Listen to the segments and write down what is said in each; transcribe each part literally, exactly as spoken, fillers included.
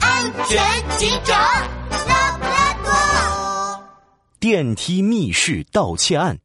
安全警长拉布拉多。 电梯密室盗窃案。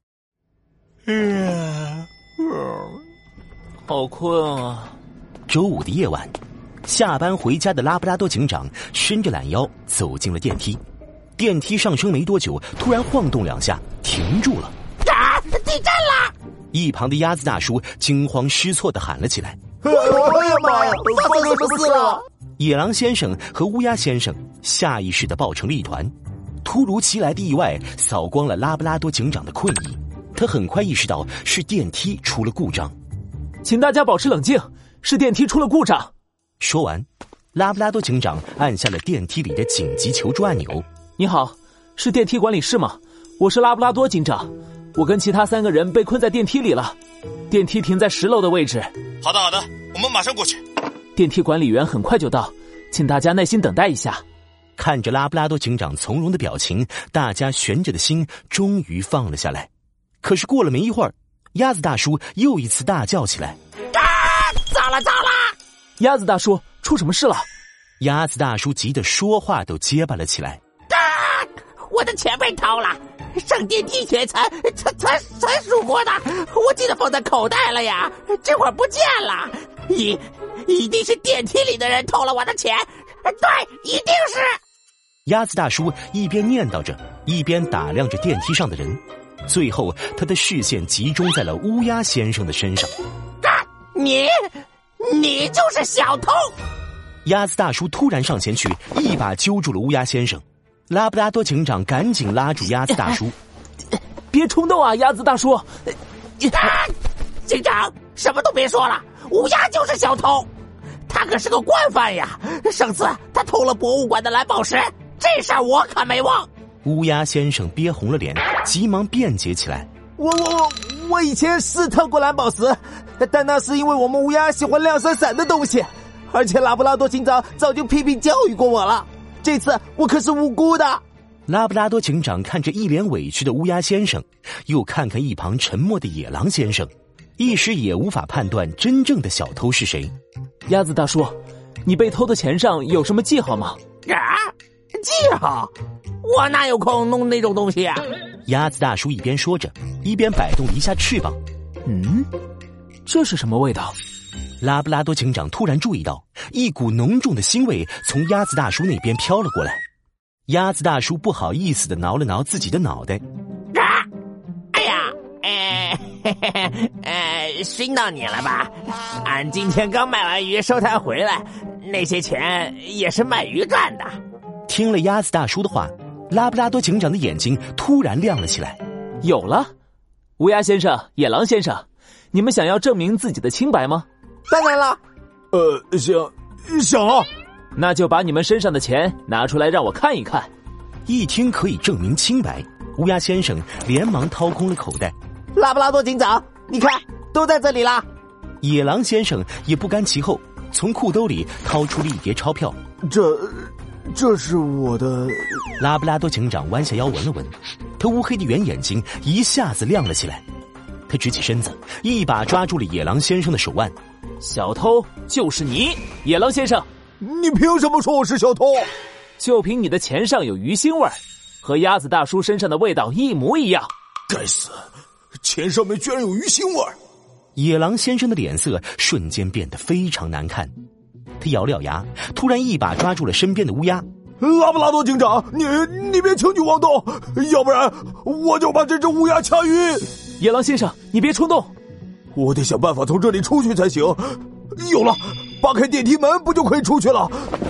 嗯，好困啊。 周五的夜晚，下班回家的拉布拉多警长伸着懒腰走进了电梯。电梯上升没多久，突然晃动两下，停住了。 啊！地震了！ 一旁的鸭子大叔惊慌失措地喊了起来：“ 哎呀妈呀，发生什么事了？” 野狼先生和乌鸦先生下意识地抱成了一团。突如其来的意外扫光了拉布拉多警长的困意，他很快意识到是电梯出了故障。 请大家保持冷静，是电梯出了故障。 说完，拉布拉多警长按下了电梯里的紧急求助按钮。 你好，是电梯管理室吗？我是拉布拉多警长，我跟其他三个人被困在电梯里了，电梯停在十楼的位置。 好的好的，我们马上过去。 电梯管理员很快就到，请大家耐心等待一下。 看着拉布拉多警长从容的表情，大家悬着的心终于放了下来。可是过了没一会儿，鸭子大叔又一次大叫起来：“ 啊！糟了糟了！” 鸭子大叔，出什么事了？ 鸭子大叔急得说话都结巴了起来。 啊！我的钱被偷了，上电梯前才才才才数过的，我记得放在口袋了呀，这会儿不见了。一一定是电梯里的人偷了我的钱，对，一定是。 鸭子大叔一边念叨着，一边打量着电梯上的人，最后他的视线集中在了乌鸦先生的身上。 啊！你你就是小偷！ 鸭子大叔突然上前去，一把揪住了乌鸦先生。拉布拉多警长赶紧拉住鸭子大叔：“ 别冲动啊，鸭子大叔！” 啊！警长，什么都别说了，乌鸦就是小偷，他可是个惯犯呀！上次他偷了博物馆的蓝宝石，这事儿我可没忘。 乌鸦先生憋红了脸，急忙辩解起来：“ 我我我我以前是偷过蓝宝石，但那是因为我们乌鸦喜欢亮闪闪的东西，而且拉布拉多警长早就批评教育过我了。这次我可是无辜的。” 拉布拉多警长看着一脸委屈的乌鸦先生，又看看一旁沉默的野狼先生，一时也无法判断真正的小偷是谁。 鸭子大叔，你被偷的钱上有什么记号吗？ 啊，记号？我哪有空弄那种东西啊？ 鸭子大叔一边说着，一边摆动了一下翅膀。 嗯，这是什么味道？ 拉布拉多警长突然注意到，一股浓重的腥味从鸭子大叔那边飘了过来。鸭子大叔不好意思地挠了挠自己的脑袋。 啊！哎呀，呃，嘿嘿嘿，呃，熏到你了吧？俺今天刚卖完鱼收摊回来，那些钱也是卖鱼赚的。 听了鸭子大叔的话，拉布拉多警长的眼睛突然亮了起来。 有了！乌鸦先生、野狼先生，你们想要证明自己的清白吗？ 当然了。 呃，想想啊。 那就把你们身上的钱拿出来让我看一看。 一听可以证明清白，乌鸦先生连忙掏空了口袋。 拉布拉多警长，你看，都在这里啦。 野狼先生也不甘其后，从裤兜里掏出了一叠钞票。 这这是我的。 拉布拉多警长弯下腰闻了闻，他乌黑的圆眼睛一下子亮了起来。他直起身子，一把抓住了野狼先生的手腕。 小偷就是你，野狼先生。 你凭什么说我是小偷？ 就凭你的钱上有鱼腥味儿，和鸭子大叔身上的味道一模一样。 该死，钱上面居然有鱼腥味儿！ 野狼先生的脸色瞬间变得非常难看，他咬了咬牙，突然一把抓住了身边的乌鸦。 拉布拉多警长，你你别轻举妄动，要不然我就把这只乌鸦掐晕。 野狼先生，你别冲动， 我得想办法从这里出去才行。有了，扒开电梯门不就可以出去了？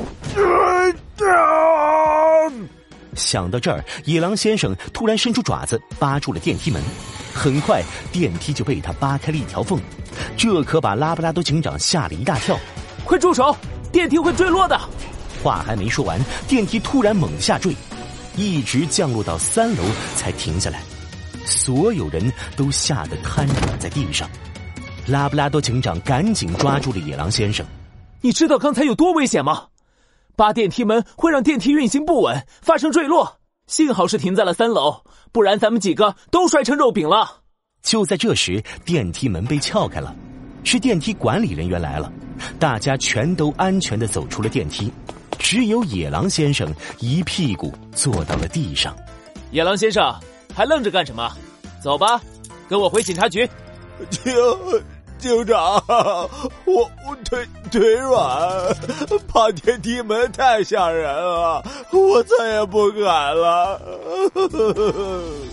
想到这儿，野狼先生突然伸出爪子扒住了电梯门，很快电梯就被他扒开了一条缝，这可把拉布拉多警长吓了一大跳。 快住手，电梯会坠落的。 话还没说完，电梯突然猛地下坠，一直降落到三楼才停下来，所有人都吓得瘫软在地上。拉布拉多警长赶紧抓住了野狼先生。 你知道刚才有多危险吗？扒电梯门会让电梯运行不稳，发生坠落。幸好是停在了三楼，不然咱们几个都摔成肉饼了。 就在这时，电梯门被撬开了，是电梯管理人员来了，大家全都安全地走出了电梯。 只有野狼先生一屁股坐到了地上。 野狼先生，还愣着干什么？走吧，跟我回警察局。 警警长，我我腿腿软，爬电梯门太吓人了，我再也不敢了。